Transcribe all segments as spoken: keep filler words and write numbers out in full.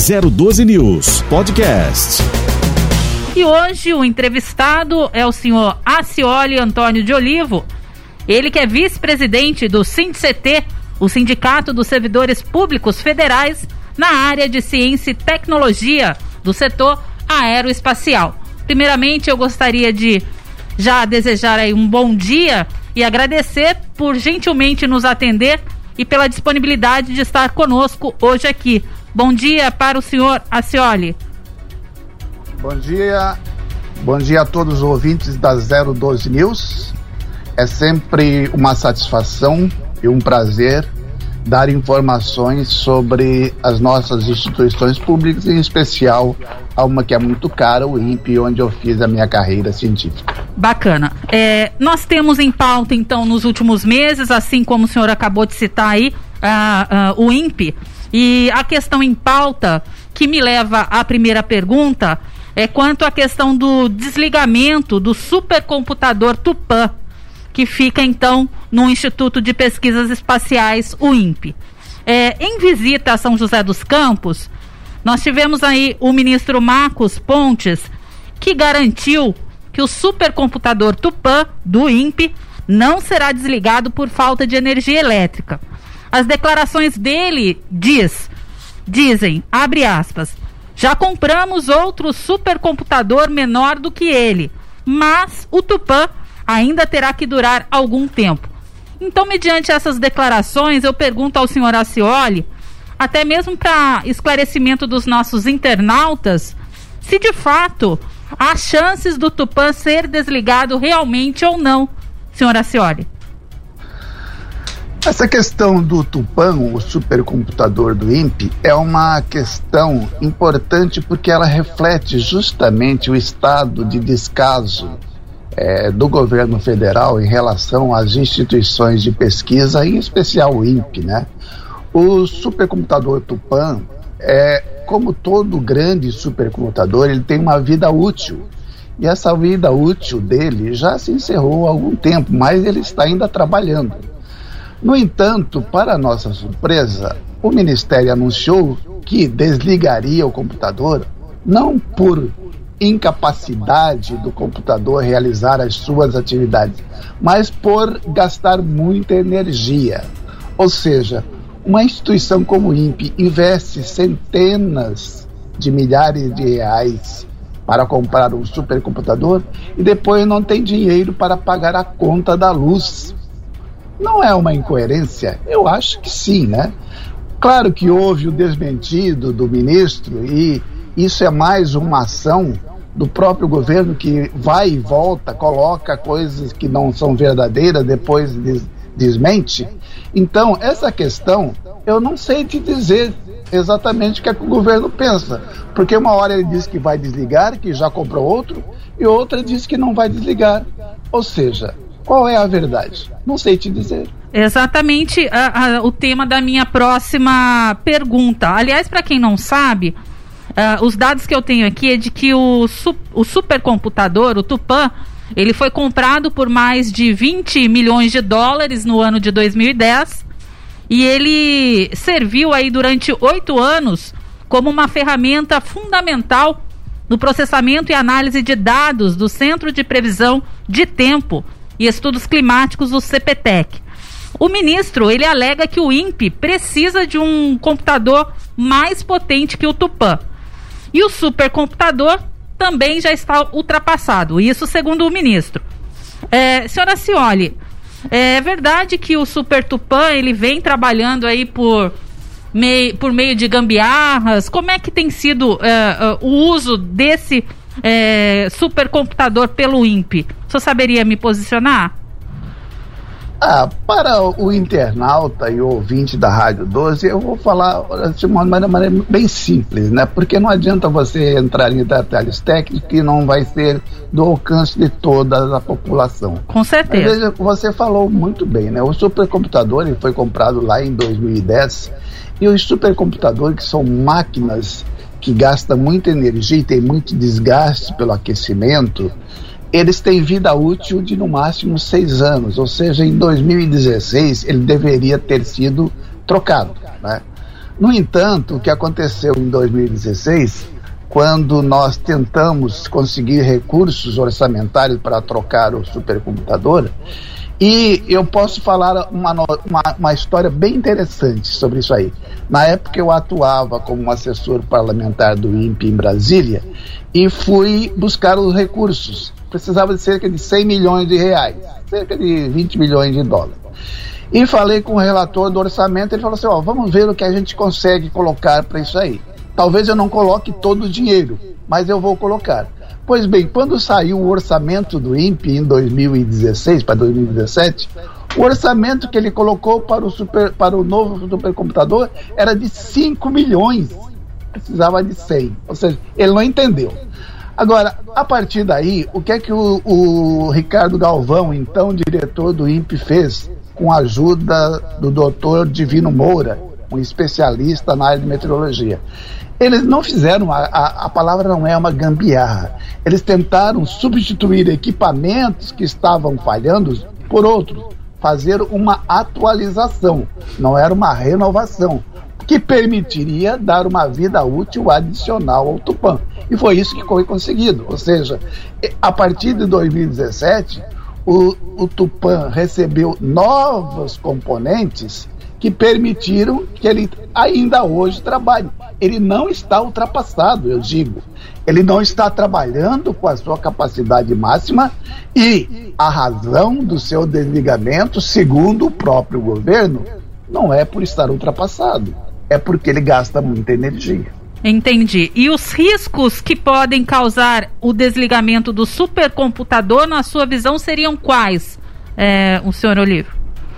zero doze News Podcast. E hoje o entrevistado é o senhor Acioli Antônio de Olivo, ele que é vice-presidente do SINDCT, o Sindicato dos Servidores Públicos Federais, na área de ciência e tecnologia do setor aeroespacial. Primeiramente, eu gostaria de já desejar aí um bom dia e agradecer por gentilmente nos atender e pela disponibilidade de estar conosco hoje aqui. Bom dia para o senhor Acioli. Bom dia, bom dia a todos os ouvintes da zero doze News. É sempre uma satisfação e um prazer dar informações sobre as nossas instituições públicas, em especial a uma que é muito cara, o INPE, onde eu fiz a minha carreira científica. Bacana. É, nós temos em pauta, então, nos últimos meses, assim como o senhor acabou de citar aí, uh, uh, o INPE, e a questão em pauta que me leva à primeira pergunta é quanto à questão do desligamento do supercomputador Tupã, que fica, então, no Instituto de Pesquisas Espaciais, o INPE. É, em visita a São José dos Campos, nós tivemos aí o ministro Marcos Pontes, que garantiu que o supercomputador Tupã, do INPE, não será desligado por falta de energia elétrica. As declarações dele diz, dizem, abre aspas, já compramos outro supercomputador menor do que ele, mas o Tupã ainda terá que durar algum tempo. Então, mediante essas declarações, eu pergunto ao senhor Acioli, até mesmo para esclarecimento dos nossos internautas, se de fato há chances do Tupã ser desligado realmente ou não, senhor Acioli. Essa questão do Tupã, o supercomputador do INPE, é uma questão importante porque ela reflete justamente o estado de descaso é, do governo federal em relação às instituições de pesquisa, em especial o INPE, né? O supercomputador Tupã, é, como todo grande supercomputador, ele tem uma vida útil. E essa vida útil dele já se encerrou há algum tempo, mas ele está ainda trabalhando. No entanto, para nossa surpresa, o Ministério anunciou que desligaria o computador, não por incapacidade do computador realizar as suas atividades, mas por gastar muita energia. Ou seja, uma instituição como o INPE investe centenas de milhares de reais para comprar um supercomputador e depois não tem dinheiro para pagar a conta da luz. Não é uma incoerência? Eu acho que sim, né? Claro que houve o desmentido do ministro e isso é mais uma ação do próprio governo que vai e volta, coloca coisas que não são verdadeiras, depois des- desmente. Então, essa questão, eu não sei te dizer exatamente o que é que o governo pensa, porque uma hora ele diz que vai desligar, que já comprou outro, e outra diz que não vai desligar. Ou seja, qual é a verdade? Não sei te dizer. Exatamente a, a, o tema da minha próxima pergunta. Aliás, para quem não sabe, uh, os dados que eu tenho aqui é de que o, su, o supercomputador, o Tupã, ele foi comprado por mais de vinte milhões de dólares no ano de dois mil e dez e ele serviu aí durante oito anos como uma ferramenta fundamental no processamento e análise de dados do Centro de Previsão de Tempo e Estudos Climáticos, o CPTEC. O ministro, ele alega que o INPE precisa de um computador mais potente que o Tupã. E o supercomputador também já está ultrapassado, isso segundo o ministro. É, senhora Acioli, é verdade que o Super Tupã, ele vem trabalhando aí por meio, por meio de gambiarras? Como é que tem sido é, o uso desse É, supercomputador pelo INPE? O senhor saberia me posicionar? Ah, para o internauta e o ouvinte da Rádio doze, eu vou falar de uma maneira, maneira bem simples, né? Porque não adianta você entrar em detalhes técnicos que não vai ser do alcance de toda a população. Com certeza. Veja, você falou muito bem, né? O supercomputador ele foi comprado lá em dois mil e dez e os supercomputadores, que são máquinas que gastam muita energia e tem muito desgaste pelo aquecimento, eles têm vida útil de no máximo seis anos, ou seja, em dois mil e dezesseis ele deveria ter sido trocado, né? No entanto, o que aconteceu em dois mil e dezesseis, quando nós tentamos conseguir recursos orçamentários para trocar o supercomputador, e eu posso falar uma, uma, uma história bem interessante sobre isso aí. Na época eu atuava como assessor parlamentar do I N P em Brasília e fui buscar os recursos. Precisava de cerca de cem milhões de reais, cerca de vinte milhões de dólares. E falei com o relator do orçamento, ele falou assim, ó, vamos ver o que a gente consegue colocar para isso aí. Talvez eu não coloque todo o dinheiro, mas eu vou colocar. Pois bem, quando saiu o orçamento do I N P em dois mil e dezesseis para dois mil e dezessete, o orçamento que ele colocou para o, super, para o novo supercomputador era de cinco milhões. Precisava de cem. Ou seja, ele não entendeu. Agora, a partir daí, o que é que o, o Ricardo Galvão, então diretor do I N P, fez com a ajuda do doutor Divino Moura, um especialista na área de meteorologia? Eles não fizeram, a, a, a palavra não é uma gambiarra, eles tentaram substituir equipamentos que estavam falhando por outros, fazer uma atualização, não era uma renovação, que permitiria dar uma vida útil adicional ao Tupã. E foi isso que foi conseguido, ou seja, a partir de dois mil e dezessete, o, o Tupã recebeu novos componentes que permitiram que ele ainda hoje trabalhe. Ele não está ultrapassado, eu digo. Ele não está trabalhando com a sua capacidade máxima e a razão do seu desligamento, segundo o próprio governo, não é por estar ultrapassado, é porque ele gasta muita energia. Entendi. E os riscos que podem causar o desligamento do supercomputador, na sua visão, seriam quais, é, o senhor Olivo?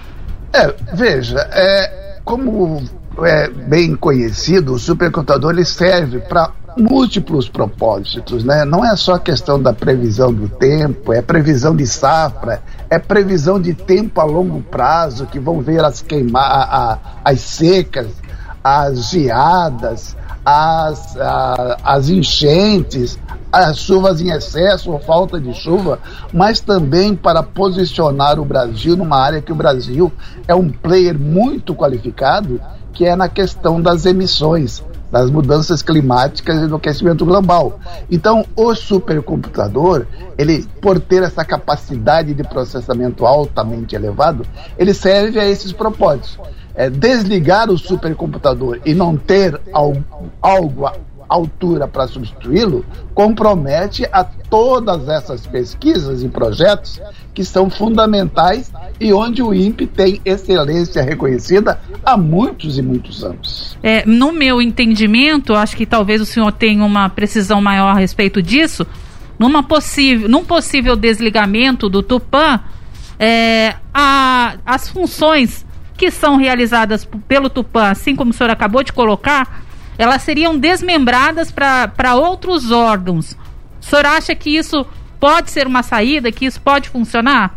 É, veja, é, como é bem conhecido, o supercomputador ele serve para múltiplos propósitos, né? Não é só a questão da previsão do tempo, é previsão de safra, é previsão de tempo a longo prazo, que vão ver as queima, a, a, as secas, as geadas, as, a, as enchentes, as chuvas em excesso ou falta de chuva, mas também para posicionar o Brasil numa área que o Brasil é um player muito qualificado, que é na questão das emissões, das mudanças climáticas e do aquecimento global. Então, o supercomputador, ele, por ter essa capacidade de processamento altamente elevado, ele serve a esses propósitos. É, desligar o supercomputador e não ter algo, algo à altura para substituí-lo, compromete a todas essas pesquisas e projetos que são fundamentais e onde o I N P tem excelência reconhecida há muitos e muitos anos. É, no meu entendimento, acho que talvez o senhor tenha uma precisão maior a respeito disso, numa possível, num possível desligamento do Tupã, é, a, as funções que são realizadas pelo Tupã, assim como o senhor acabou de colocar, elas seriam desmembradas para outros órgãos. O senhor acha que isso pode ser uma saída, que isso pode funcionar?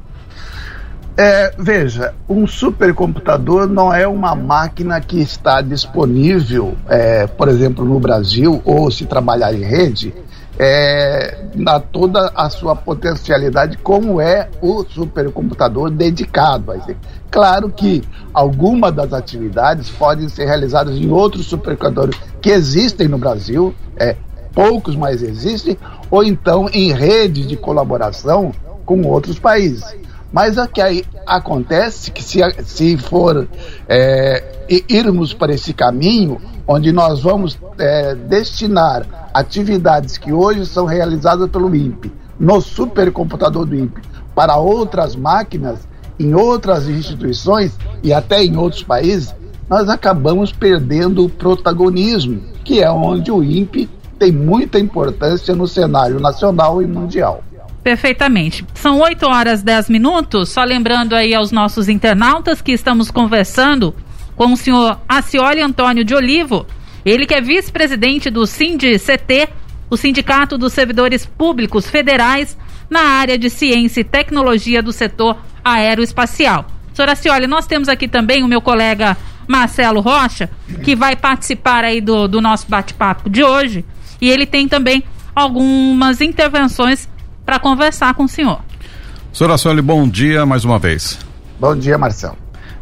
É, veja, um supercomputador não é uma máquina que está disponível, é, por exemplo, no Brasil, ou se trabalhar em rede, é, na toda a sua potencialidade, como é o supercomputador dedicado. Claro que algumas das atividades podem ser realizadas em outros supercomputadores que existem no Brasil, é, poucos, mas existem, ou então em redes de colaboração com outros países. Mas o que aí acontece que se, se for é, irmos para esse caminho, onde nós vamos é, destinar atividades que hoje são realizadas pelo I N P, no supercomputador do I N P, para outras máquinas, em outras instituições e até em outros países, nós acabamos perdendo o protagonismo, que é onde o I N P tem muita importância no cenário nacional e mundial. Perfeitamente. São oito horas e dez minutos, só lembrando aí aos nossos internautas que estamos conversando com o senhor Acioli Antônio de Olivo, ele que é vice-presidente do Sindi-C T, o Sindicato dos Servidores Públicos Federais, na área de ciência e tecnologia do setor aeroespacial. Senhor Acioli, nós temos aqui também o meu colega Marcelo Rocha, que vai participar aí do, do nosso bate-papo de hoje, e ele tem também algumas intervenções para conversar com o senhor. Senhor Acioli, bom dia mais uma vez. Bom dia, Marcelo.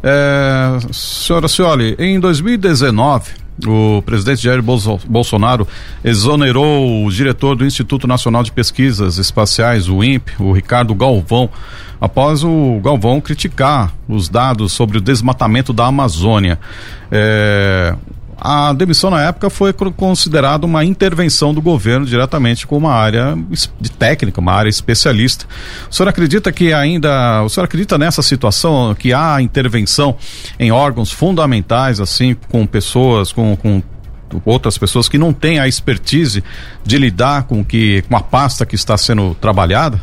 É, senhora Scioli, em dois mil e dezenove, o presidente Jair Bolsonaro exonerou o diretor do Instituto Nacional de Pesquisas Espaciais, o I N P, o Ricardo Galvão, após o Galvão criticar os dados sobre o desmatamento da Amazônia. É, a demissão na época foi considerada uma intervenção do governo diretamente com uma área de técnica, uma área especialista. O senhor acredita que ainda, o senhor acredita nessa situação, que há intervenção em órgãos fundamentais, assim, com pessoas, com, com outras pessoas que não têm a expertise de lidar com, que, com a pasta que está sendo trabalhada?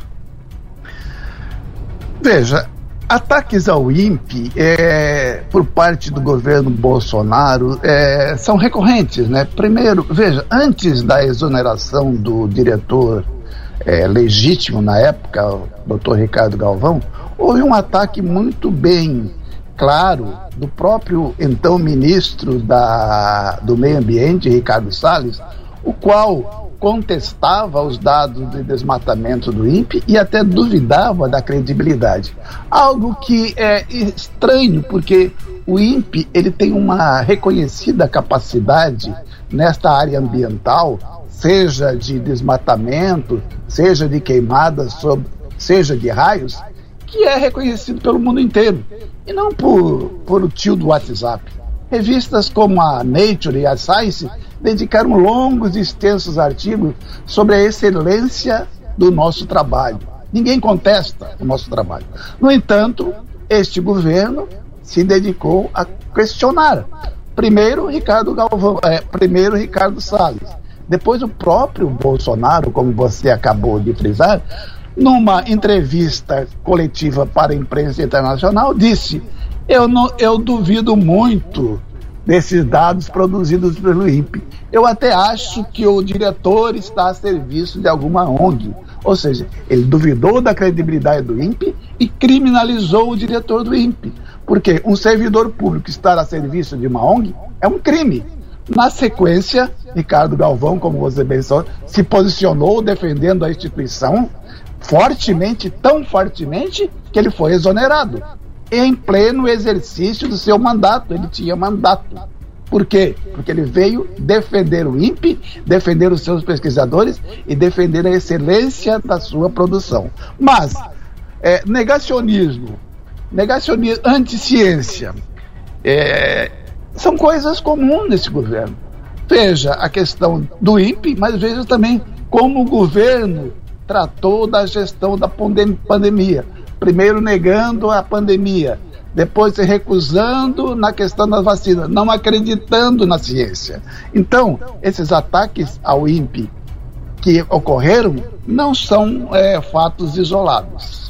Veja, ataques ao I N P é, por parte do governo Bolsonaro é, são recorrentes, né? Primeiro, veja, antes da exoneração do diretor é, legítimo na época, o doutor Ricardo Galvão, houve um ataque muito bem claro do próprio então ministro da, do Meio Ambiente, Ricardo Salles, o qual contestava os dados de desmatamento do I N P e até duvidava da credibilidade. Algo que é estranho, porque o I N P ele tem uma reconhecida capacidade nesta área ambiental, seja de desmatamento, seja de queimadas, sob, seja de raios, que é reconhecido pelo mundo inteiro, e não por, por o tio do WhatsApp. Revistas como a Nature e a Science dedicaram longos e extensos artigos sobre a excelência do nosso trabalho. Ninguém contesta o nosso trabalho. No entanto, este governo se dedicou a questionar. Primeiro, Ricardo Galvão, é, primeiro Ricardo Salles. Depois, o próprio Bolsonaro, como você acabou de frisar, numa entrevista coletiva para a imprensa internacional, disse: eu, não, eu duvido muito desses dados produzidos pelo I N P. Eu até acho que o diretor está a serviço de alguma O N G. Ou seja, ele duvidou da credibilidade do I N P e criminalizou o diretor do I N P. Porque um servidor público estar a serviço de uma O N G é um crime. Na sequência, Ricardo Galvão, como você bem sabe, se posicionou defendendo a instituição fortemente, tão fortemente, que ele foi exonerado em pleno exercício do seu mandato. Ele tinha mandato. Por quê? Porque ele veio defender o I N P, defender os seus pesquisadores e defender a excelência da sua produção. Mas é, negacionismo, negacionismo, anticiência, é, são coisas comuns nesse governo. Veja a questão do I N P, mas veja também como o governo tratou da gestão da pandemia. Primeiro negando a pandemia, depois se recusando na questão das vacinas, não acreditando na ciência. Então, esses ataques ao I N P que ocorreram não são é, fatos isolados.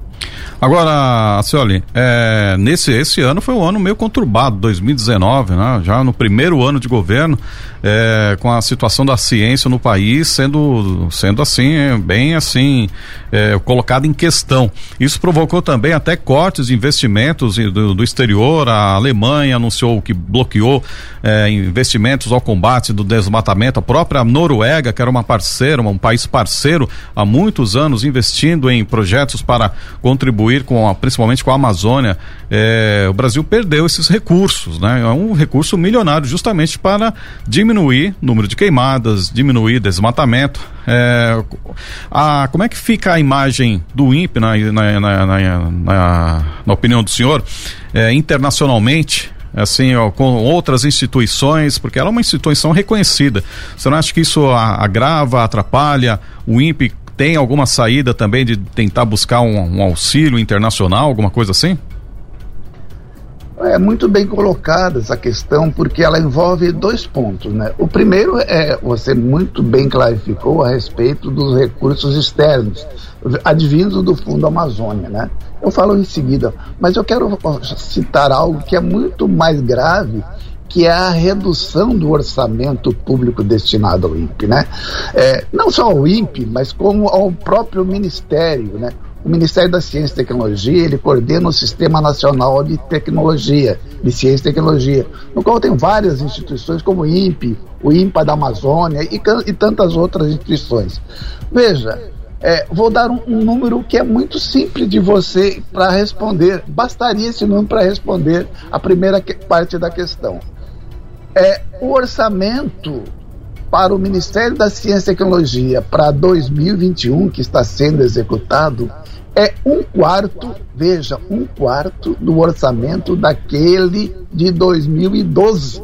Agora, Scioli, é, nesse esse ano foi um ano meio conturbado, dois mil e dezenove, né? Já no primeiro ano de governo, é, com a situação da ciência no país sendo, sendo assim, bem assim, é, colocada em questão. Isso provocou também até cortes de investimentos do, do exterior. A Alemanha anunciou que bloqueou é, investimentos ao combate do desmatamento. A própria Noruega, que era uma parceira, um país parceiro há muitos anos, investindo em projetos para contribuir com a, principalmente com a Amazônia. É, o Brasil perdeu esses recursos, né? É um recurso milionário justamente para diminuir o número de queimadas, diminuir desmatamento. É, a, como é que fica a imagem do I N P, na, na, na, na, na, na opinião do senhor, é, internacionalmente, assim, ó, com outras instituições, porque ela é uma instituição reconhecida? Você não acha que isso agrava, atrapalha? O I N P tem alguma saída também de tentar buscar um, um auxílio internacional, alguma coisa assim? É muito bem colocada essa questão, porque ela envolve dois pontos, né? O primeiro é, você muito bem clarificou a respeito dos recursos externos, advindos do Fundo Amazônia, né? Eu falo em seguida, mas eu quero citar algo que é muito mais grave, que é a redução do orçamento público destinado ao I N P, né? É, não só ao I N P, mas como ao próprio Ministério, né? O Ministério da Ciência e Tecnologia, ele coordena o Sistema Nacional de Tecnologia, de Ciência e Tecnologia, no qual tem várias instituições como o I N P, o INPA da Amazônia e, e tantas outras instituições. Veja, É, vou dar um, um número que é muito simples de você para responder. Bastaria esse número para responder a primeira que, parte da questão. É, o orçamento para o Ministério da Ciência e Tecnologia para dois mil e vinte e um, que está sendo executado, é um quarto, veja, um quarto do orçamento daquele de dois mil e doze.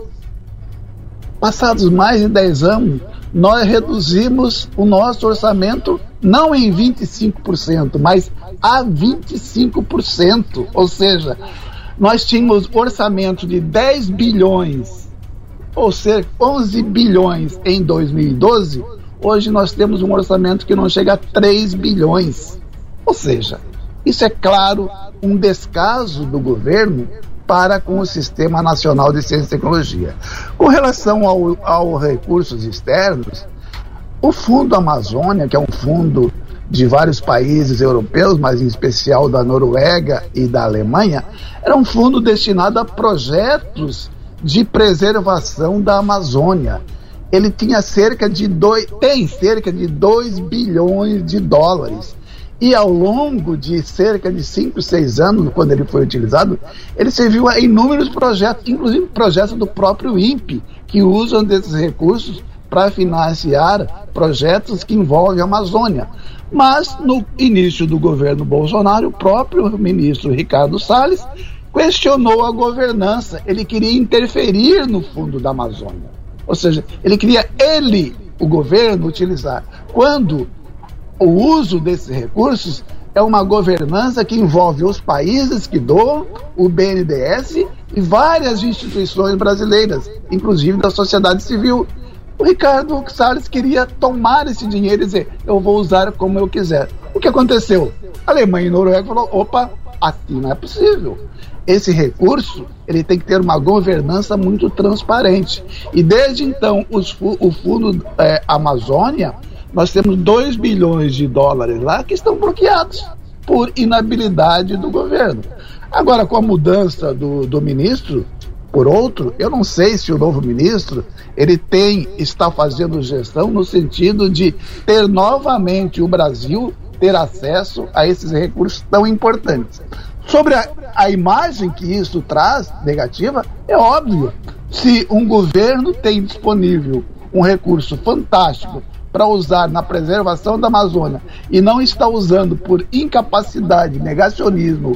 Passados mais de dez anos, nós reduzimos o nosso orçamento não em vinte e cinco por cento, mas a vinte e cinco por cento. Ou seja, nós tínhamos orçamento de dez bilhões, ou seja, onze bilhões em dois mil e doze. Hoje nós temos um orçamento que não chega a três bilhões. Ou seja, isso é claro um descaso do governo para com o Sistema Nacional de Ciência e Tecnologia. Com relação ao, ao recursos externos, o Fundo Amazônia, que é um fundo de vários países europeus, mas em especial da Noruega e da Alemanha, era um fundo destinado a projetos de preservação da Amazônia. Ele tinha cerca de dois, tem cerca de dois bilhões de dólares. E ao longo de cerca de cinco, seis anos, quando ele foi utilizado, ele serviu a inúmeros projetos, inclusive projetos do próprio INPE, que usam desses recursos para financiar projetos que envolvem a Amazônia. Mas, no início do governo Bolsonaro, o próprio ministro Ricardo Salles questionou a governança. Ele queria interferir no fundo da Amazônia. Ou seja, ele queria, ele, o governo, utilizar. Quando o uso desses recursos é uma governança que envolve os países que doam, o B N D E S e várias instituições brasileiras, inclusive da sociedade civil. O Ricardo Salles queria tomar esse dinheiro e dizer, eu vou usar como eu quiser. O que aconteceu? A Alemanha e a Noruega falaram, opa, assim não é possível. Esse recurso, ele tem que ter uma governança muito transparente. E desde então, os, o Fundo é, Amazônia, nós temos dois bilhões de dólares lá que estão bloqueados por inabilidade do governo. Agora, com a mudança do, do ministro, por outro, eu não sei se o novo ministro ele tem, está fazendo gestão no sentido de ter novamente o Brasil ter acesso a esses recursos tão importantes. Sobre a, a imagem que isso traz, negativa, é óbvio. Se um governo tem disponível um recurso fantástico para usar na preservação da Amazônia e não está usando por incapacidade, negacionismo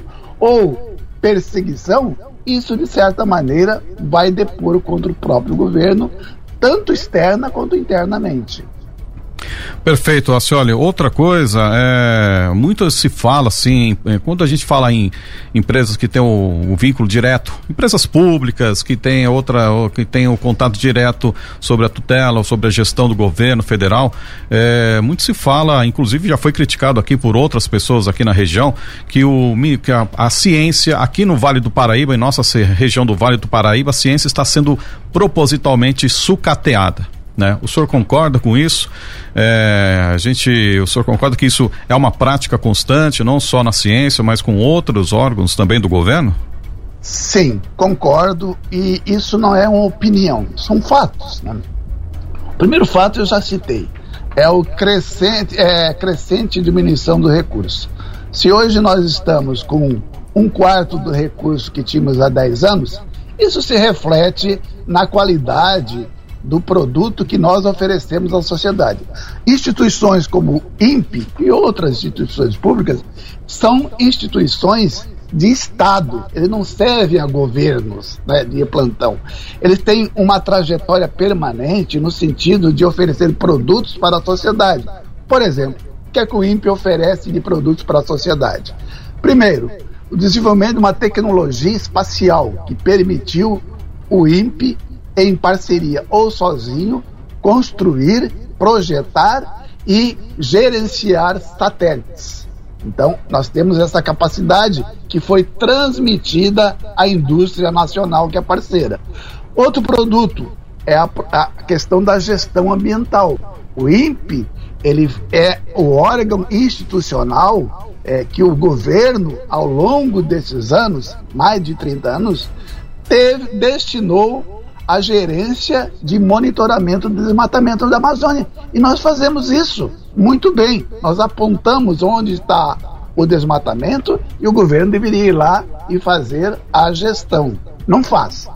ou perseguição, isso de certa maneira vai depor contra o próprio governo, tanto externa quanto internamente. Perfeito, Acioli. Outra coisa, é, muito se fala assim, quando a gente fala em empresas que têm o, o vínculo direto, empresas públicas que têm outra, que têm o contato direto sobre a tutela, sobre a gestão do governo federal, é, muito se fala, inclusive já foi criticado aqui por outras pessoas aqui na região, que, o, que a, a ciência aqui no Vale do Paraíba, em nossa região do Vale do Paraíba, a ciência está sendo propositalmente sucateada. Né? O senhor concorda com isso? É, a gente, o senhor concorda que isso é uma prática constante, não só na ciência, mas com outros órgãos também do governo? Sim, concordo, e isso não é uma opinião, são fatos. Né? O primeiro fato eu já citei, é o crescente, é, crescente diminuição do recurso. Se hoje nós estamos com um quarto do recurso que tínhamos há dez anos, isso se reflete na qualidade do produto que nós oferecemos à sociedade. Instituições como o INPE e outras instituições públicas são instituições de Estado. Ele não serve a governos, né, de plantão. Eles têm uma trajetória permanente no sentido de oferecer produtos para a sociedade. Por exemplo, o que é que o INPE oferece de produtos para a sociedade? Primeiro, o desenvolvimento de uma tecnologia espacial que permitiu o INPE, em parceria ou sozinho, construir, projetar e gerenciar satélites. Então, nós temos essa capacidade que foi transmitida à indústria nacional, que é parceira. Outro produto é a, a questão da gestão ambiental. O INPE, ele é o órgão institucional é, que o governo, ao longo desses anos, mais de trinta anos, teve, destinou a gerência de monitoramento do desmatamento da Amazônia. E nós fazemos isso. Muito bem, nós apontamos onde está o desmatamento e o governo deveria ir lá e fazer a gestão. Não faz.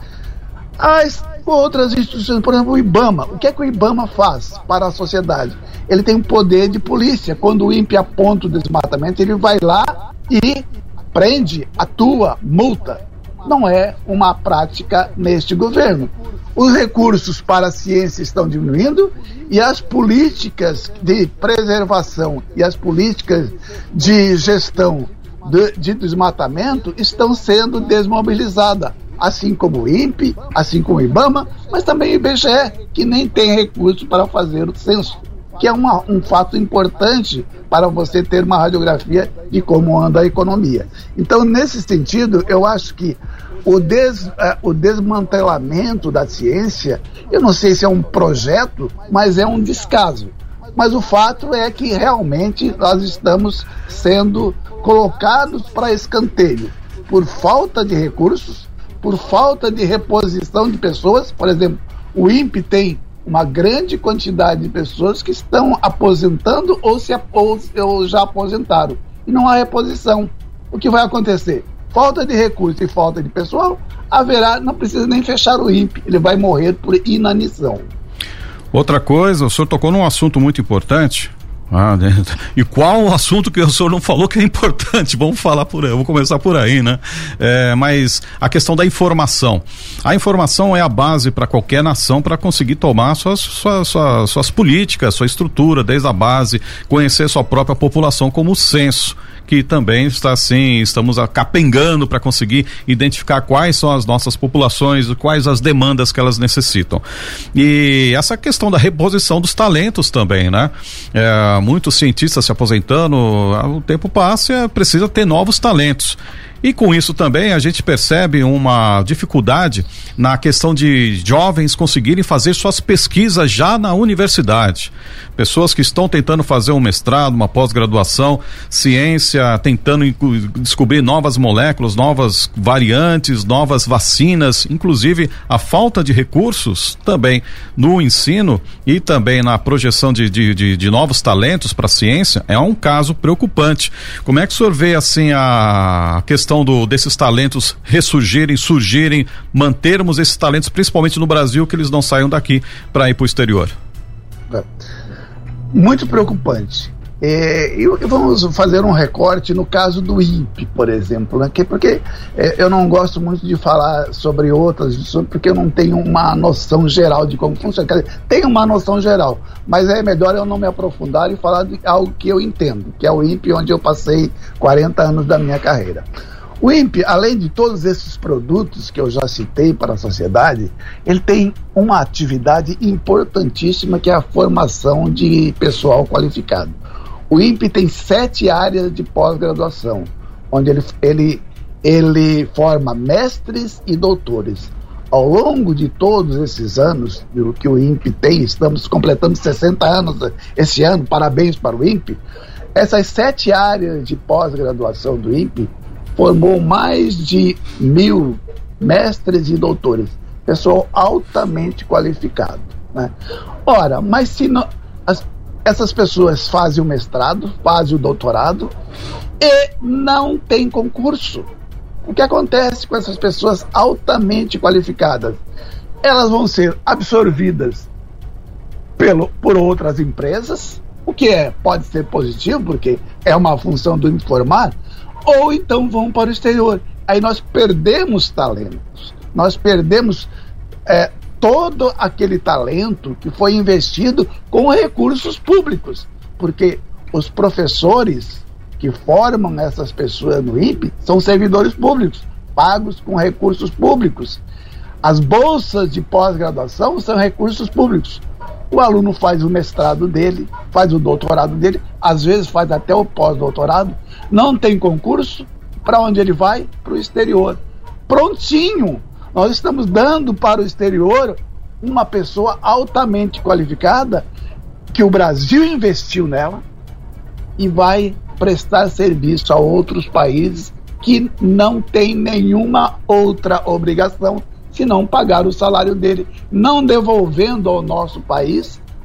As outras instituições, por exemplo, o IBAMA. O que é que o IBAMA faz para a sociedade? Ele tem um poder de polícia. Quando o INPE aponta o desmatamento, ele vai lá e prende, atua, multa. Não é uma prática neste governo. Os recursos para a ciência estão diminuindo e as políticas de preservação e as políticas de gestão de, de desmatamento estão sendo desmobilizadas, assim como o INPE, assim como o IBAMA, mas também o I B G E, que nem tem recurso para fazer o censo, que é uma, um fato importante para você ter uma radiografia de como anda a economia. Então, nesse sentido, eu acho que o, des, uh, o desmantelamento da ciência, eu não sei se é um projeto, mas é um descaso. Mas o fato é que realmente nós estamos sendo colocados para escanteio por falta de recursos, por falta de reposição de pessoas. Por exemplo, o INPE tem uma grande quantidade de pessoas que estão aposentando ou, se, ou, ou já aposentaram, e não há reposição. O que vai acontecer? Falta de recursos e falta de pessoal, haverá, não precisa nem fechar o INPE, ele vai morrer por inanição. Outra coisa, o senhor tocou num assunto muito importante. Ah, né? E qual o assunto que o senhor não falou que é importante? Vamos falar por aí, vou começar por aí, né? É, mas a questão da informação. A informação é a base para qualquer nação para conseguir tomar suas, suas, suas, suas políticas, sua estrutura, desde a base, conhecer sua própria população, como o censo, que também está assim, estamos capengando para conseguir identificar quais são as nossas populações, quais as demandas que elas necessitam. E essa questão da reposição dos talentos também, né? É, muitos cientistas se aposentando, o tempo passa, precisa ter novos talentos. E com isso também a gente percebe uma dificuldade na questão de jovens conseguirem fazer suas pesquisas já na universidade. Pessoas que estão tentando fazer um mestrado, uma pós-graduação, ciência, tentando descobrir novas moléculas, novas variantes, novas vacinas, inclusive a falta de recursos também no ensino e também na projeção de, de, de, de novos talentos para a ciência é um caso preocupante. Como é que o senhor vê assim a questão Do, desses talentos ressurgirem, surgirem, mantermos esses talentos, principalmente no Brasil, que eles não saiam daqui para ir para o exterior? Muito preocupante. É, e, e vamos fazer um recorte no caso do INPE, por exemplo, né? que, porque é, eu não gosto muito de falar sobre outras, porque eu não tenho uma noção geral de como funciona. Quer dizer, tenho uma noção geral, mas é melhor eu não me aprofundar e falar de algo que eu entendo, que é o INPE, onde eu passei quarenta anos da minha carreira. O INPE, além de todos esses produtos que eu já citei para a sociedade, ele tem uma atividade importantíssima, que é a formação de pessoal qualificado. O INPE tem sete áreas de pós-graduação, onde ele, ele, ele forma mestres e doutores. Ao longo de todos esses anos que o INPE tem, estamos completando sessenta anos esse ano, parabéns para o INPE, essas sete áreas de pós-graduação do INPE formou mais de mil mestres e doutores, pessoal altamente qualificado, né? Ora, mas se não, as, essas pessoas fazem o mestrado, fazem o doutorado e não tem concurso. O que acontece com essas pessoas altamente qualificadas? Elas vão ser absorvidas pelo, por outras empresas, o que é, pode ser positivo, porque é uma função do informar, ou então vão para o exterior. Aí nós perdemos talentos, nós perdemos é, todo aquele talento que foi investido com recursos públicos, porque os professores que formam essas pessoas no INPE são servidores públicos, pagos com recursos públicos. As bolsas de pós-graduação são recursos públicos. O aluno faz o mestrado dele, faz o doutorado dele, às vezes faz até o pós-doutorado, não tem concurso, para onde ele vai? Para o exterior. Prontinho! Nós estamos dando para o exterior uma pessoa altamente qualificada, que o Brasil investiu nela, e vai prestar serviço a outros países que não tem nenhuma outra obrigação senão pagar o salário dele, não devolvendo ao nosso país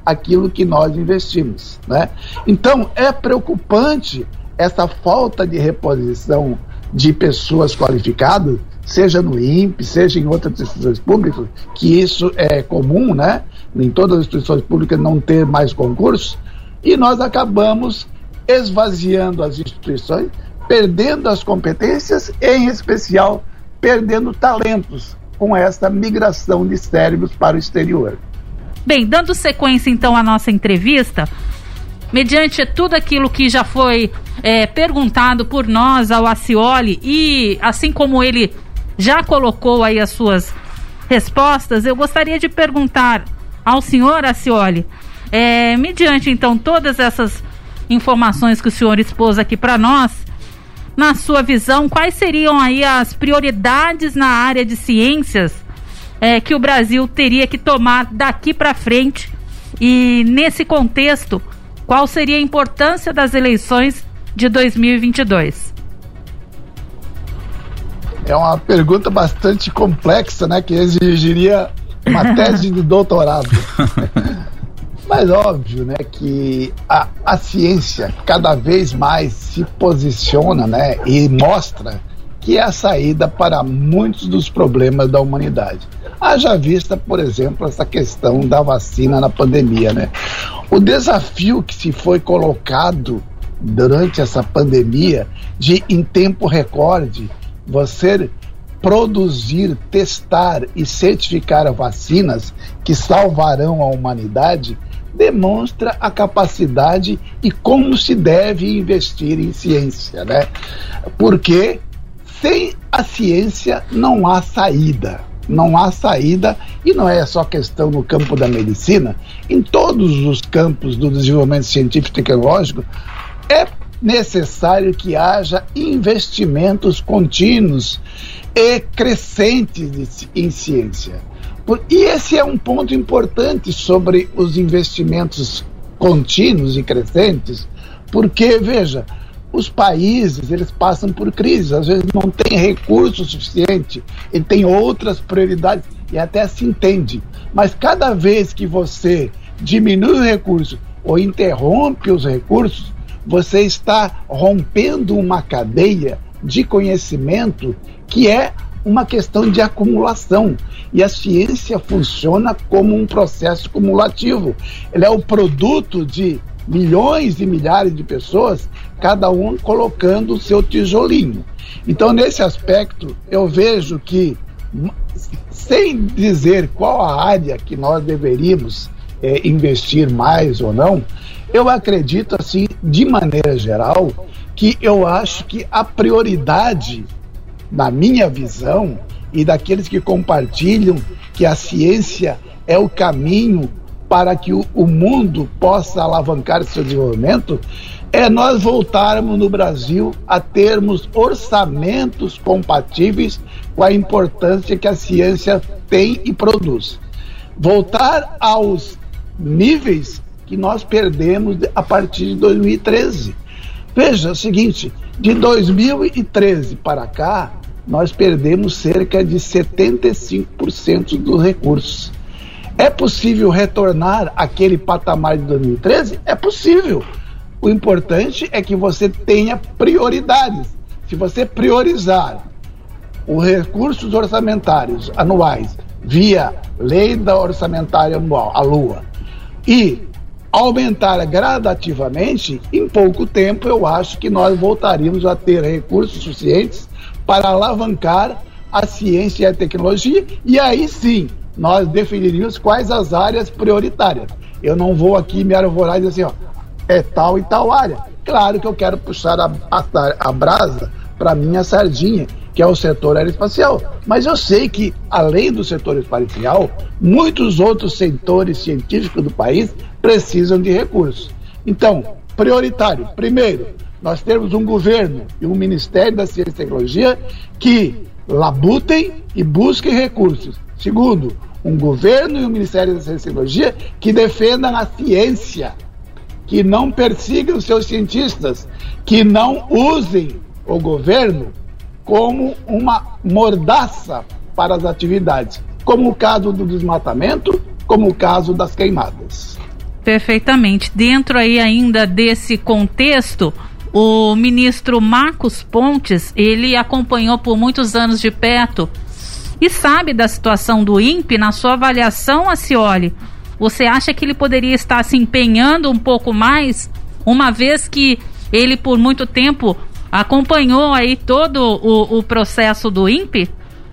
aquilo que nós investimos, né? Então, é preocupante essa falta de reposição de pessoas qualificadas, seja no INPE, seja em outras instituições públicas, que isso é comum, né? Em todas as instituições públicas não ter mais concursos, e nós acabamos esvaziando as instituições, perdendo as competências, em especial perdendo talentos com essa migração de cérebros para o exterior. Bem, dando sequência então à nossa entrevista, mediante tudo aquilo que já foi é, perguntado por nós ao Acioli, e assim como ele já colocou aí as suas respostas, eu gostaria de perguntar ao senhor Acioli, é, mediante então todas essas informações que o senhor expôs aqui para nós, na sua visão, quais seriam aí as prioridades na área de ciências é, que o Brasil teria que tomar daqui para frente, e nesse contexto, qual seria a importância das eleições de dois mil e vinte e dois? É uma pergunta bastante complexa, né, que exigiria uma tese de doutorado. Mas óbvio, né, que a, a ciência cada vez mais se posiciona, né, e mostra que é a saída para muitos dos problemas da humanidade. Haja vista, por exemplo, essa questão da vacina na pandemia, né? O desafio que se foi colocado durante essa pandemia de, em tempo recorde, você produzir, testar e certificar vacinas que salvarão a humanidade, demonstra a capacidade e como se deve investir em ciência, né? Porque sem a ciência não há saída. Não há saída, e não é só questão no campo da medicina, em todos os campos do desenvolvimento científico e tecnológico, é necessário que haja investimentos contínuos e crescentes em ciência. E esse é um ponto importante sobre os investimentos contínuos e crescentes, porque, veja, os países, eles passam por crise, às vezes não tem recurso suficiente, ele tem outras prioridades, e até se entende. Mas cada vez que você diminui o recurso ou interrompe os recursos, você está rompendo uma cadeia de conhecimento que é uma questão de acumulação. E a ciência funciona como um processo cumulativo. Ele é o produto de milhões e milhares de pessoas, cada um colocando o seu tijolinho. Então, nesse aspecto, eu vejo que, sem dizer qual a área que nós deveríamos é, investir mais ou não, eu acredito, assim, de maneira geral, que eu acho que a prioridade, na minha visão, e daqueles que compartilham que a ciência é o caminho para que o, o mundo possa alavancar seu desenvolvimento, é nós voltarmos no Brasil a termos orçamentos compatíveis com a importância que a ciência tem e produz. Voltar aos níveis que nós perdemos a partir de dois mil e treze. Veja o seguinte, de dois mil e treze para cá, nós perdemos cerca de setenta e cinco por cento dos recursos. É possível retornar àquele patamar de dois mil e treze? É possível. O importante é que você tenha prioridades. Se você priorizar os recursos orçamentários anuais via lei da orçamentária anual, a LOA, e aumentar gradativamente, em pouco tempo eu acho que nós voltaríamos a ter recursos suficientes para alavancar a ciência e a tecnologia, e aí sim nós definiríamos quais as áreas prioritárias. Eu não vou aqui me arvorar e dizer assim, ó, é tal e tal área. Claro que eu quero puxar a, a, a brasa para minha sardinha, que é o setor aeroespacial. Mas eu sei que, além do setor espacial, muitos outros setores científicos do país precisam de recursos. Então, prioritário, primeiro, nós temos um governo e um Ministério da Ciência e Tecnologia que labutem e busquem recursos. Segundo, um governo e um Ministério da Ciência e Tecnologia que defendam a ciência, que não persigam seus cientistas, que não usem o governo como uma mordaça para as atividades, como o caso do desmatamento, como o caso das queimadas. Perfeitamente. Dentro aí ainda desse contexto, o ministro Marcos Pontes, ele acompanhou por muitos anos de perto e sabe da situação do INPE. Na sua avaliação, Acioli, você acha que ele poderia estar se empenhando um pouco mais, uma vez que ele por muito tempo acompanhou aí todo o, o processo do INPE?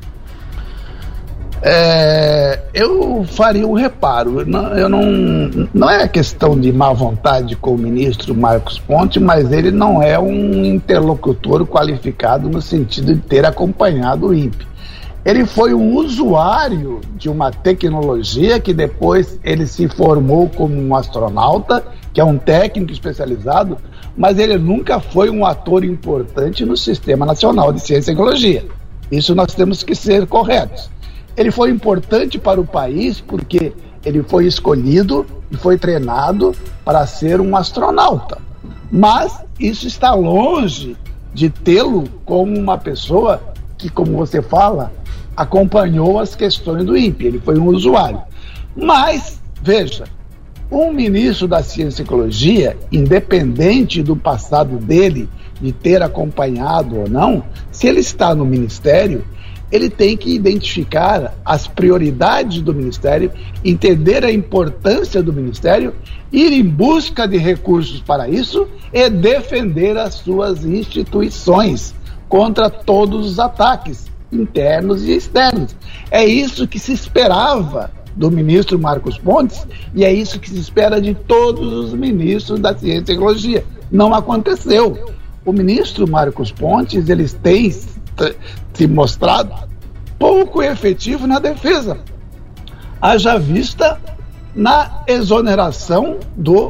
É, eu faria um reparo. Não, eu não, não é questão de má vontade com o ministro Marcos Pontes, mas ele não é um interlocutor qualificado no sentido de ter acompanhado o INPE. Ele foi um usuário de uma tecnologia que depois ele se formou como um astronauta, que é um técnico especializado, mas ele nunca foi um ator importante no Sistema Nacional de Ciência e Tecnologia. Isso nós temos que ser corretos. Ele foi importante para o país porque ele foi escolhido e foi treinado para ser um astronauta. Mas isso está longe de tê-lo como uma pessoa que, como você fala, acompanhou as questões do INPE. Ele foi um usuário. Mas, veja, um ministro da Ciência e Tecnologia, independente do passado dele, de ter acompanhado ou não, se ele está no ministério, ele tem que identificar as prioridades do ministério, entender a importância do ministério, ir em busca de recursos para isso e defender as suas instituições contra todos os ataques internos e externos. É isso que se esperava do ministro Marcos Pontes e é isso que se espera de todos os ministros da Ciência e Tecnologia. Não aconteceu. O ministro Marcos Pontes, eles têm se mostrado pouco efetivo na defesa, haja vista na exoneração do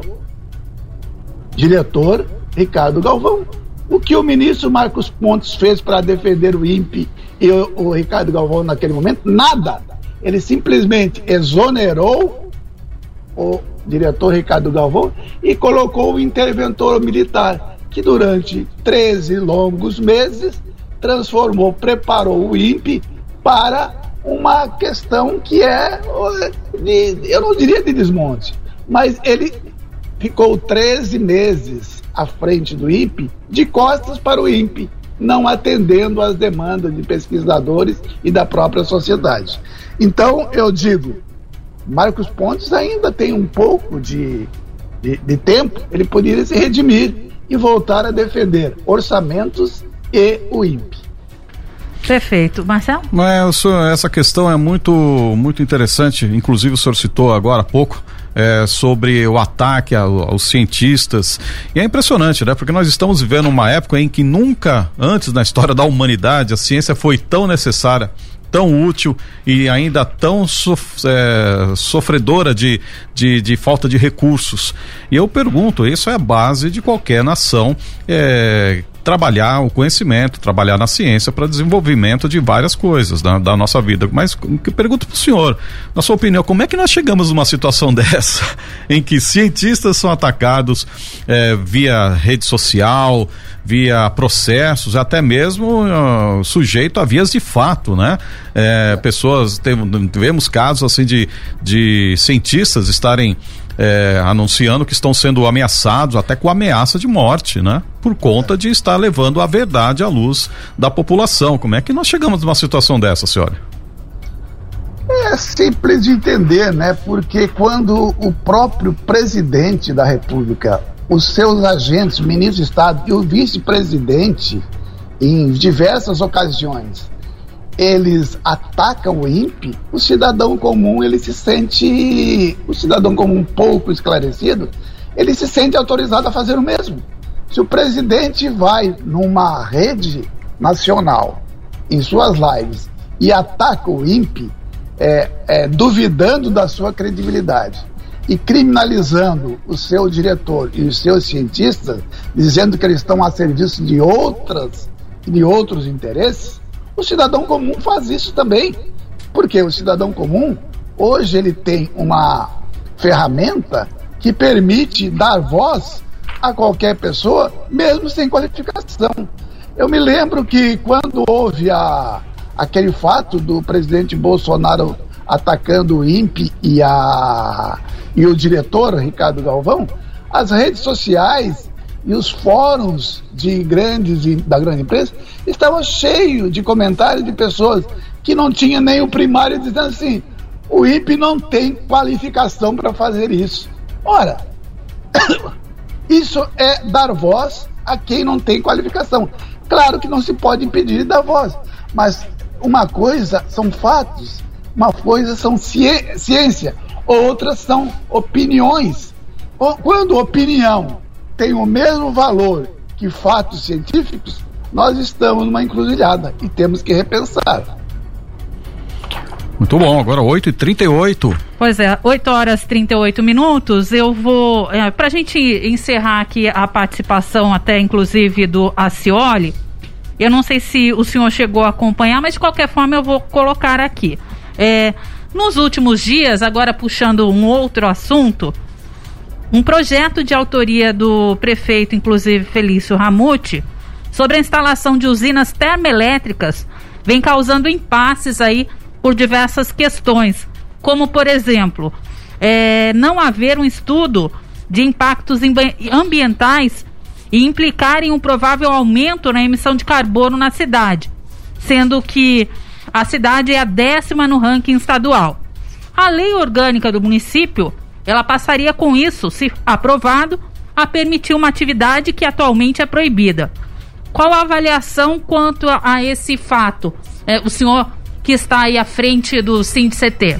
diretor Ricardo Galvão. O que o ministro Marcos Pontes fez para defender o INPE e o, o Ricardo Galvão naquele momento? Nada. Ele simplesmente exonerou o diretor Ricardo Galvão e colocou o interventor militar, que durante treze longos meses transformou, preparou o INPE para uma questão que é, de, eu não diria de desmonte, mas ele ficou treze meses à frente do INPE, de costas para o INPE, não atendendo às demandas de pesquisadores e da própria sociedade. Então, eu digo, Marcos Pontes ainda tem um pouco de, de, de tempo, ele poderia se redimir e voltar a defender orçamentos e o INPE. Perfeito. Marcelo? Mas essa questão é muito, muito interessante, inclusive o senhor citou agora há pouco, é, sobre o ataque ao, aos cientistas, e é impressionante, né? Porque nós estamos vivendo uma época em que nunca antes na história da humanidade a ciência foi tão necessária, tão útil e ainda tão sof, é, sofredora de, de, de falta de recursos. E eu pergunto, isso é a base de qualquer nação, é, trabalhar o conhecimento, trabalhar na ciência para desenvolvimento de várias coisas da, da nossa vida. Mas que pergunto para o senhor, na sua opinião, como é que nós chegamos numa situação dessa, em que cientistas são atacados é, via rede social, via processos, até mesmo uh, sujeito a vias de fato, né? É, pessoas, tivemos casos assim de, de cientistas estarem É, anunciando que estão sendo ameaçados até com ameaça de morte, né? Por conta de estar levando a verdade à luz da população. Como é que nós chegamos numa situação dessa, senhora? É simples de entender, né? Porque quando o próprio presidente da República, os seus agentes, o ministro de Estado e o vice-presidente, em diversas ocasiões, eles atacam o INPE, o cidadão comum, ele se sente, o cidadão comum pouco esclarecido, ele se sente autorizado a fazer o mesmo. Se o presidente vai numa rede nacional, em suas lives, e ataca o INPE, é, é, duvidando da sua credibilidade e criminalizando o seu diretor e os seus cientistas, dizendo que eles estão a serviço de outras, de outros interesses, o cidadão comum faz isso também, porque o cidadão comum, hoje ele tem uma ferramenta que permite dar voz a qualquer pessoa, mesmo sem qualificação. Eu me lembro que quando houve a, aquele fato do presidente Bolsonaro atacando o INPE e a, e o diretor, Ricardo Galvão, as redes sociais e os fóruns de grandes, da grande empresa estavam cheios de comentários de pessoas que não tinham nem o primário, dizendo assim: o I N P E não tem qualificação para fazer isso. Ora, isso é dar voz a quem não tem qualificação. Claro que não se pode impedir de dar voz, mas uma coisa são fatos, uma coisa são ci- ciência, outras são opiniões. Quando opinião tem o mesmo valor que fatos científicos, nós estamos numa encruzilhada e temos que repensar. Muito bom, agora oito e trinta e oito. Pois é, oito horas e trinta e oito minutos. Eu vou, é, pra gente encerrar aqui a participação até inclusive do Acioli, eu não sei se o senhor chegou a acompanhar, mas de qualquer forma eu vou colocar aqui. É, nos últimos dias, agora puxando um outro assunto, um projeto de autoria do prefeito, inclusive Felício Ramute, sobre a instalação de usinas termoelétricas, vem causando impasses aí por diversas questões, como por exemplo, é, não haver um estudo de impactos ambientais e implicar em um provável aumento na emissão de carbono na cidade, sendo que a cidade é a décima no ranking estadual. A lei orgânica do município, ela passaria com isso, se aprovado, a permitir uma atividade que atualmente é proibida. Qual a avaliação quanto a, a esse fato? É, o senhor que está aí à frente do SINDICT.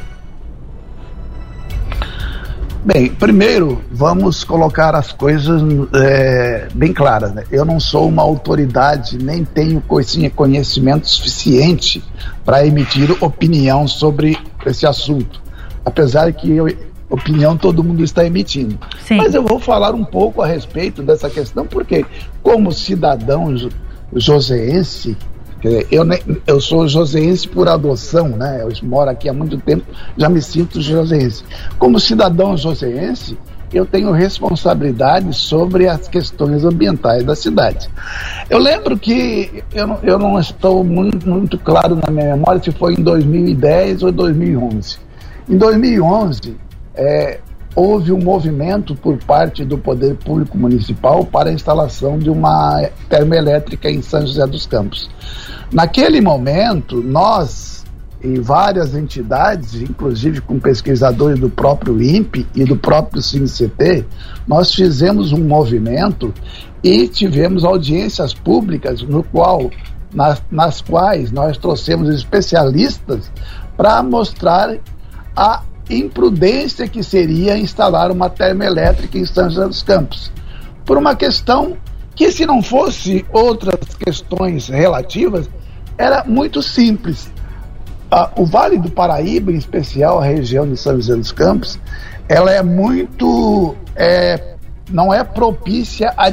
Bem, primeiro vamos colocar as coisas é, bem claras, né? Eu não sou uma autoridade, nem tenho conhecimento suficiente para emitir opinião sobre esse assunto, apesar que eu, opinião todo mundo está emitindo. Sim. Mas eu vou falar um pouco a respeito dessa questão, porque como cidadão joseense, Eu, eu sou joseense por adoção, né? Eu moro aqui há muito tempo, já me sinto joseense. Como cidadão joseense, eu tenho responsabilidade sobre as questões ambientais da cidade. Eu lembro que, eu não, eu não estou muito, muito claro na minha memória se foi em dois mil e dez ou dois mil e onze. Em dois mil e onze, é, houve um movimento por parte do Poder Público Municipal para a instalação de uma termoelétrica em São José dos Campos. Naquele momento, nós e várias entidades, inclusive com pesquisadores do próprio I N P E e do próprio SINDICT, nós fizemos um movimento e tivemos audiências públicas no qual, nas, nas quais nós trouxemos especialistas para mostrar a imprudência que seria instalar uma termoelétrica em São José dos Campos, por uma questão que, se não fosse outras questões relativas, era muito simples. Ah, o Vale do Paraíba, em especial a região de São José dos Campos, ela é muito é, não é propícia à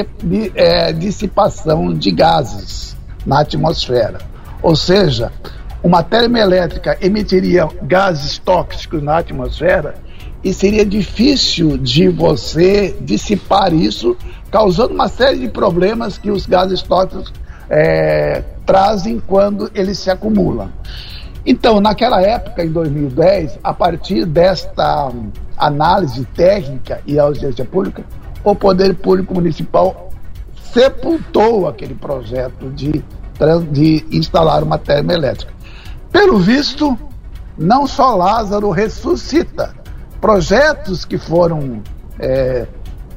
é, dissipação de gases na atmosfera, ou seja, uma termoelétrica emitiria gases tóxicos na atmosfera e seria difícil de você dissipar isso, causando uma série de problemas que os gases tóxicos é, trazem quando eles se acumulam. Então, naquela época, em dois mil e dez, a partir desta análise técnica e audiência pública, o Poder Público Municipal sepultou aquele projeto de, de instalar uma termoelétrica. Pelo visto, não só Lázaro ressuscita. Projetos que foram é,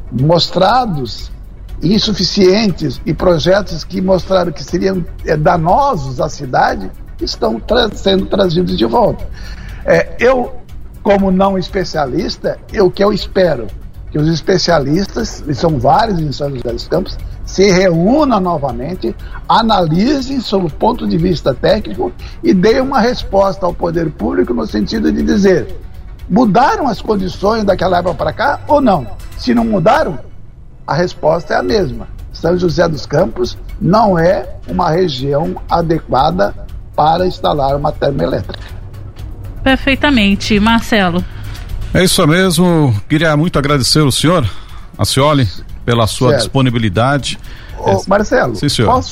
mostrados insuficientes e projetos que mostraram que seriam é, danosos à cidade estão tra- sendo trazidos de volta. É, eu, como não especialista, eu, o que eu espero que os especialistas, e são vários em São José dos Campos, se reúnam novamente, analisem sob o ponto de vista técnico e deem uma resposta ao poder público no sentido de dizer: mudaram as condições daquela época para cá ou não? Se não mudaram, a resposta é a mesma. São José dos Campos não é uma região adequada para instalar uma termoelétrica. Perfeitamente. Marcelo. É isso mesmo. Queria muito agradecer o senhor, Acioli, pela sua certo. disponibilidade. Ô, Marcelo, Sim, senhor. posso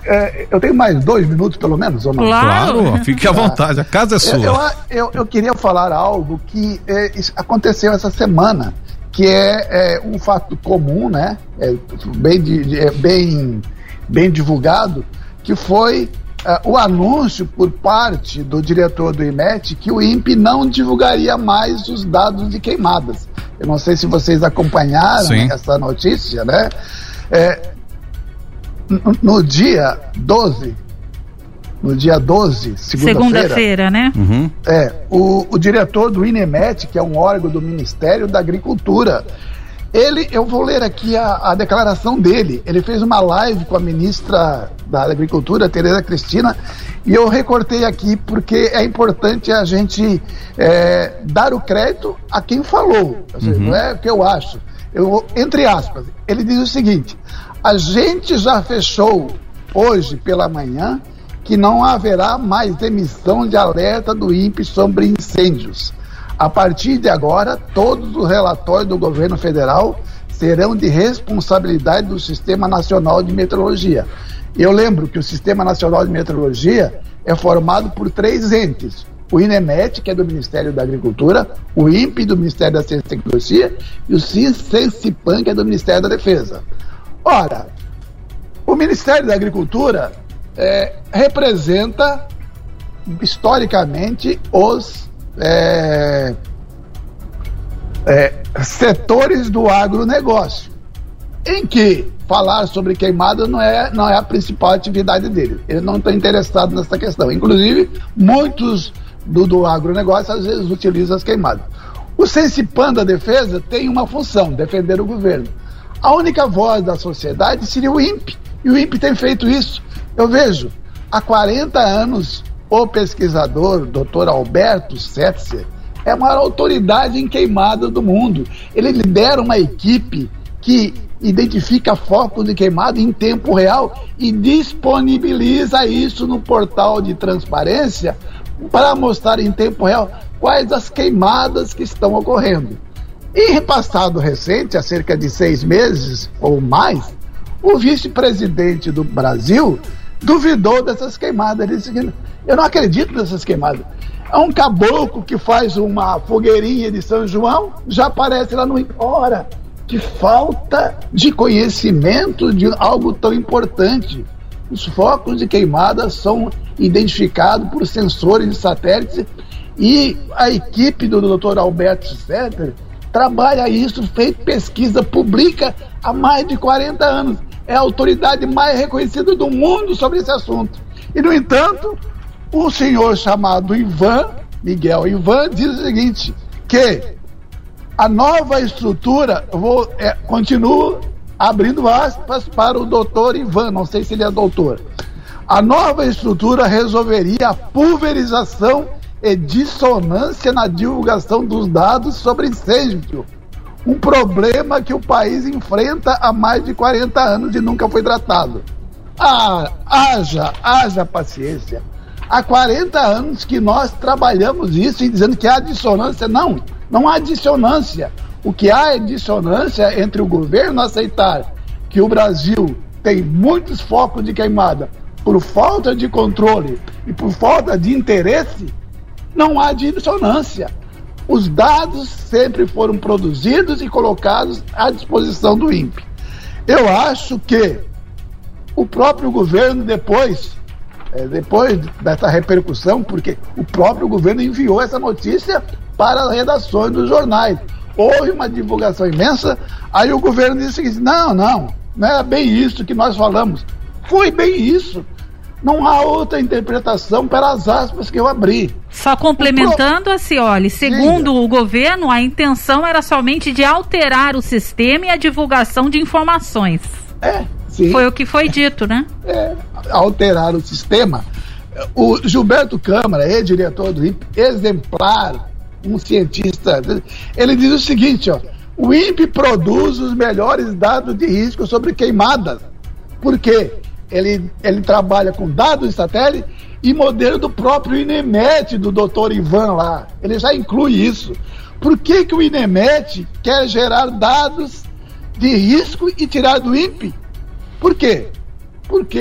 é, eu tenho mais dois minutos, pelo menos, ou não? Claro, claro, fique à vontade, a casa é sua. Eu, eu, eu, eu queria falar algo que é, aconteceu essa semana, que é, é um fato comum, né? É, bem, é, bem, bem divulgado, que foi uh, o anúncio por parte do diretor do I M E T que o INPE não divulgaria mais os dados de queimadas. Eu não sei se vocês acompanharam Sim. essa notícia, né? É, no, no dia doze, no dia doze, segunda-feira, segunda-feira, né? Uhum. É, o, o diretor do INEMET, que é um órgão do Ministério da Agricultura, ele, eu vou ler aqui a, a declaração dele. Ele fez uma live com a ministra da Agricultura, Tereza Cristina, e eu recortei aqui porque é importante a gente é, dar o crédito a quem falou. Ou seja, uhum. Não é o que eu acho. Eu, entre aspas, ele diz o seguinte: a gente já fechou hoje pela manhã que não haverá mais emissão de alerta do INPE sobre incêndios. A partir de agora, todos os relatórios do governo federal serão de responsabilidade do Sistema Nacional de Meteorologia. Eu lembro que o Sistema Nacional de Meteorologia é formado por três entes: o INEMET, que é do Ministério da Agricultura, o INPE, do Ministério da Ciência e Tecnologia, e o CINCENSIPAM, que é do Ministério da Defesa. Ora, o Ministério da Agricultura é, representa, historicamente, os é, é, setores do agronegócio, em que falar sobre queimada não é, não é a principal atividade dele. Eles não estão interessados nessa questão. Inclusive, muitos do, do agronegócio às vezes utilizam as queimadas. O CENSIPAM da Defesa tem uma função: defender o governo. A única voz da sociedade seria o INPE, e o INPE tem feito isso. Eu vejo, há quarenta anos, o pesquisador doutor Alberto Setzer é a maior autoridade em queimada do mundo. Ele lidera uma equipe que identifica focos de queimada em tempo real e disponibiliza isso no portal de transparência para mostrar em tempo real quais as queimadas que estão ocorrendo. Em passado recente, há cerca de seis meses ou mais, o vice-presidente do Brasil duvidou dessas queimadas. Ele disse: eu não acredito nessas queimadas. É um caboclo que faz uma fogueirinha de São João, já aparece lá no... Ora, que falta de conhecimento de algo tão importante. Os focos de queimada são identificados por sensores de satélites, e a equipe do doutor Alberto Setzer trabalha isso, fez pesquisa, publica há mais de quarenta anos. É a autoridade mais reconhecida do mundo sobre esse assunto. E, no entanto, o senhor chamado Ivan, Miguel Ivan, diz o seguinte, que a nova estrutura, eu vou, é, continuo abrindo aspas para o doutor Ivan, não sei se ele é doutor, a nova estrutura resolveria a pulverização e dissonância na divulgação dos dados sobre incêndio, um problema que o país enfrenta há mais de quarenta anos e nunca foi tratado. Ah, haja, haja paciência. Há quarenta anos que nós trabalhamos isso e dizendo que há dissonância. Não, não há dissonância. O que há é dissonância entre o governo aceitar que o Brasil tem muitos focos de queimada por falta de controle e por falta de interesse. Não há dissonância. Os dados sempre foram produzidos e colocados à disposição do INPE. Eu acho que o próprio governo, depois, é, depois dessa repercussão, porque o próprio governo enviou essa notícia para as redações dos jornais, houve uma divulgação imensa, aí o governo disse o seguinte: não, não, não é bem isso que nós falamos. Foi bem isso. Não há outra interpretação pelas aspas que eu abri. Só complementando, pro... Acioli, segundo Sim. o governo, a intenção era somente de alterar o sistema e a divulgação de informações. É, sim. Foi o que foi dito, né? É, alterar o sistema. O Gilberto Câmara, ex-diretor do INPE, exemplar, um cientista, ele diz o seguinte, ó: o INPE produz os melhores dados de risco sobre queimadas. Por quê? Ele, ele trabalha com dados de satélite e modelo do próprio INEMET, do doutor Ivan lá. Ele já inclui isso. Por que que o INEMET quer gerar dados de risco e tirar do INPE? Por quê? Porque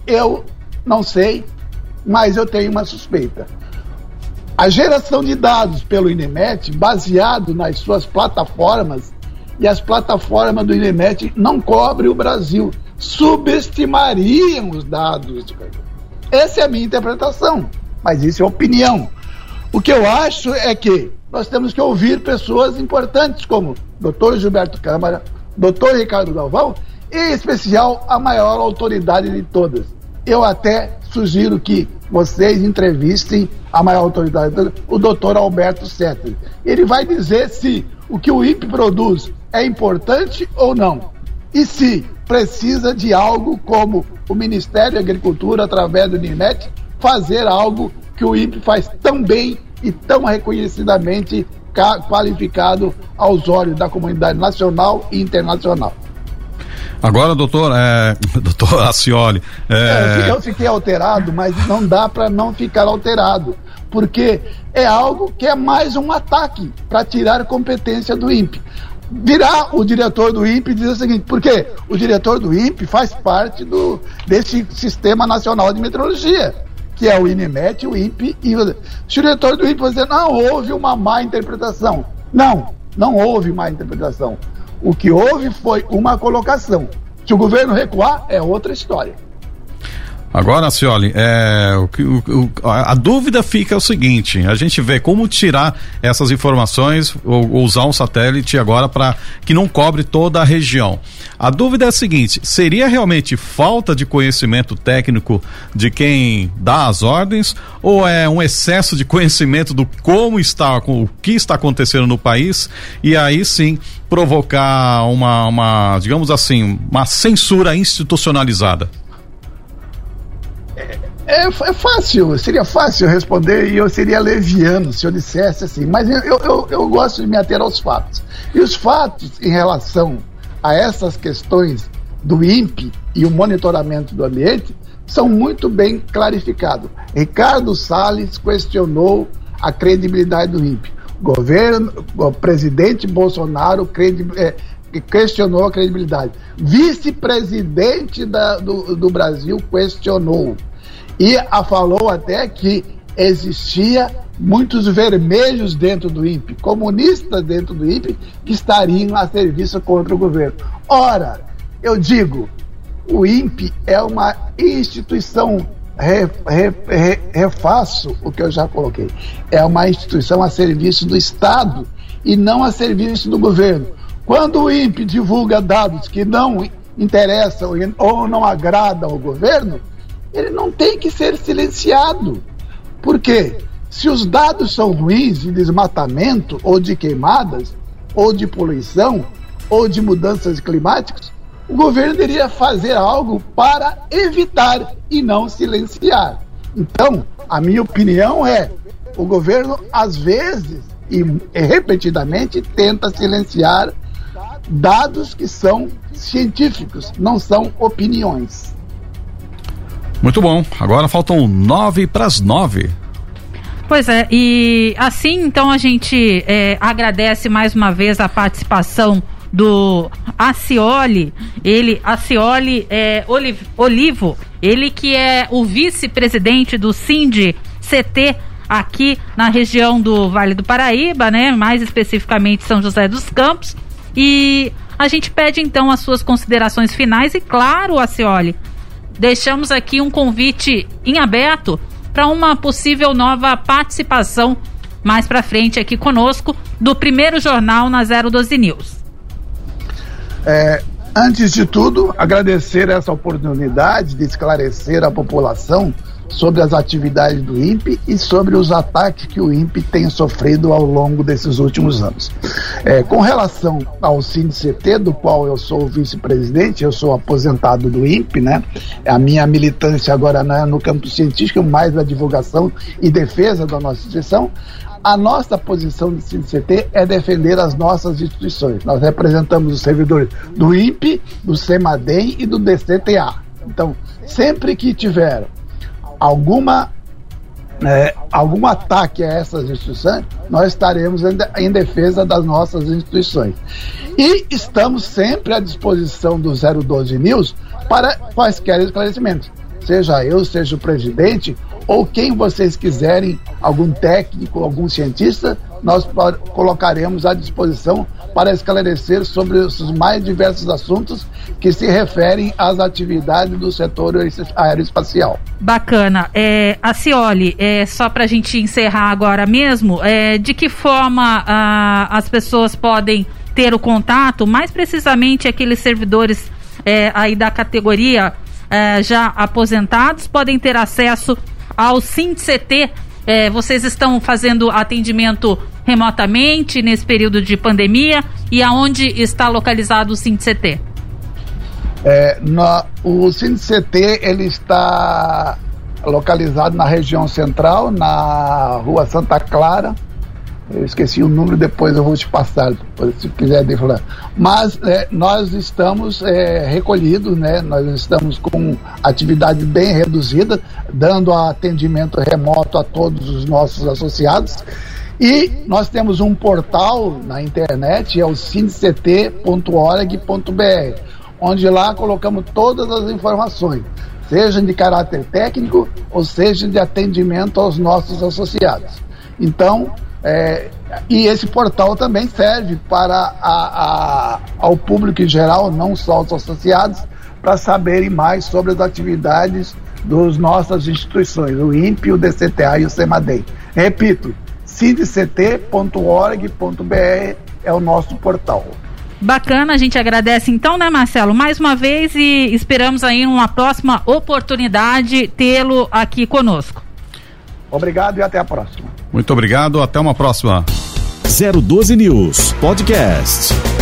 Eu não sei, mas eu tenho uma suspeita. A geração de dados pelo INEMET, baseado nas suas plataformas, e as plataformas do INEMET não cobrem o Brasil, subestimariam os dados. Essa é a minha interpretação, mas isso é opinião. O que eu acho é que nós temos que ouvir pessoas importantes como doutor Gilberto Câmara, doutor Ricardo Galvão, e em especial a maior autoridade de todas. Eu até sugiro que vocês entrevistem a maior autoridade de todas, o doutor Alberto Setter. Ele vai dizer se o que o INPE produz é importante ou não. E se precisa de algo como o Ministério da Agricultura, através do INEMET, fazer algo que o INPE faz tão bem e tão reconhecidamente qualificado aos olhos da comunidade nacional e internacional. Agora, doutor, é, doutor Acioli... É... Eu fiquei alterado, mas não dá para não ficar alterado, porque é algo que é mais um ataque para tirar competência do INPE. Virar o diretor do INPE e dizer o seguinte, porque o diretor do INPE faz parte do, desse Sistema Nacional de Meteorologia, que é o INEMET, o INPE, e o, se o diretor do INPE vai dizer, não, houve uma má interpretação. Não, não houve má interpretação. O que houve foi uma colocação. Se o governo recuar, é outra história. Agora, Acioli, é, o, o, a, a dúvida fica o seguinte, a gente vê como tirar essas informações ou, ou usar um satélite agora para que não cobre toda a região. A dúvida é a seguinte, seria realmente falta de conhecimento técnico de quem dá as ordens ou é um excesso de conhecimento do como está, o que está acontecendo no país e aí sim provocar uma, uma digamos assim, uma censura institucionalizada? É, é fácil, seria fácil responder e eu seria leviano se eu dissesse assim, mas eu, eu, eu gosto de me ater aos fatos. E os fatos em relação a essas questões do INPE e o monitoramento do ambiente são muito bem clarificados. Ricardo Salles questionou a credibilidade do INPE. O governo, o presidente Bolsonaro credi- é, questionou a credibilidade. Vice-presidente da, do, do Brasil questionou. E a falou até que existia muitos vermelhos dentro do INPE, comunistas dentro do INPE, que estariam a serviço contra o governo. Ora, eu digo, o INPE é uma instituição, re, re, re, refaço o que eu já coloquei, é uma instituição a serviço do Estado e não a serviço do governo. Quando o INPE divulga dados que não interessam ou não agradam ao governo, ele não tem que ser silenciado. Por quê? Se os dados são ruins de desmatamento, ou de queimadas, ou de poluição, ou de mudanças climáticas, o governo deveria fazer algo para evitar e não silenciar. Então, a minha opinião é, o governo, às vezes, e repetidamente, tenta silenciar dados que são científicos, não são opiniões. Muito bom, agora faltam nove para as nove. Pois é, e assim então a gente é, agradece mais uma vez a participação do Acioli, ele, Acioli é, Oliv, Olivo, ele que é o vice-presidente do Sindi-C T aqui na região do Vale do Paraíba, né? Mais especificamente São José dos Campos, e a gente pede então as suas considerações finais e claro, Acioli, deixamos aqui um convite em aberto para uma possível nova participação mais para frente aqui conosco do primeiro jornal na zero doze News. É, antes de tudo, agradecer essa oportunidade de esclarecer a população sobre as atividades do INPE e sobre os ataques que o INPE tem sofrido ao longo desses últimos anos. É, com relação ao Sindi-C T, do qual eu sou o vice-presidente, eu sou aposentado do INPE, né? A minha militância agora não é no campo científico, mais na divulgação e defesa da nossa instituição. A nossa posição do Sindi-C T é defender as nossas instituições. Nós representamos os servidores do INPE, do CEMADEM e do D C T A. Então, sempre que tiver alguma, é, algum ataque a essas instituições, nós estaremos em, em defesa das nossas instituições. E estamos sempre à disposição do zero doze News para quaisquer esclarecimentos. seja eu, seja o presidente, ou quem vocês quiserem, algum técnico, algum cientista, nós colocaremos à disposição para esclarecer sobre os mais diversos assuntos que se referem às atividades do setor aeroespacial. Bacana. É, Acioli, é, só para a gente encerrar agora mesmo, é, de que forma ah, as pessoas podem ter o contato, mais precisamente aqueles servidores é, aí da categoria é, já aposentados, podem ter acesso ao SINDCT? É, vocês estão fazendo atendimento remotamente nesse período de pandemia, e aonde está localizado o SINDCT? É, no, o SINDCT ele está localizado na região central, na rua Santa Clara. Eu esqueci o número, depois eu vou te passar, se quiser falar. Mas é, nós estamos é, recolhidos, né? Nós estamos com atividade bem reduzida, dando atendimento remoto a todos os nossos associados. E nós temos um portal na internet, é o sindct ponto org ponto br, onde lá colocamos todas as informações, seja de caráter técnico ou seja de atendimento aos nossos associados. Então, É, e esse portal também serve para a, a, ao público em geral, não só os associados, para saberem mais sobre as atividades das nossas instituições, o INPE, o D C T A e o SEMADEM. Repito, sindct ponto org ponto br é o nosso portal. Bacana, a gente agradece então, né, Marcelo, mais uma vez, e esperamos aí uma próxima oportunidade tê-lo aqui conosco. Obrigado e até a próxima. Muito obrigado, até uma próxima. zero doze News Podcast.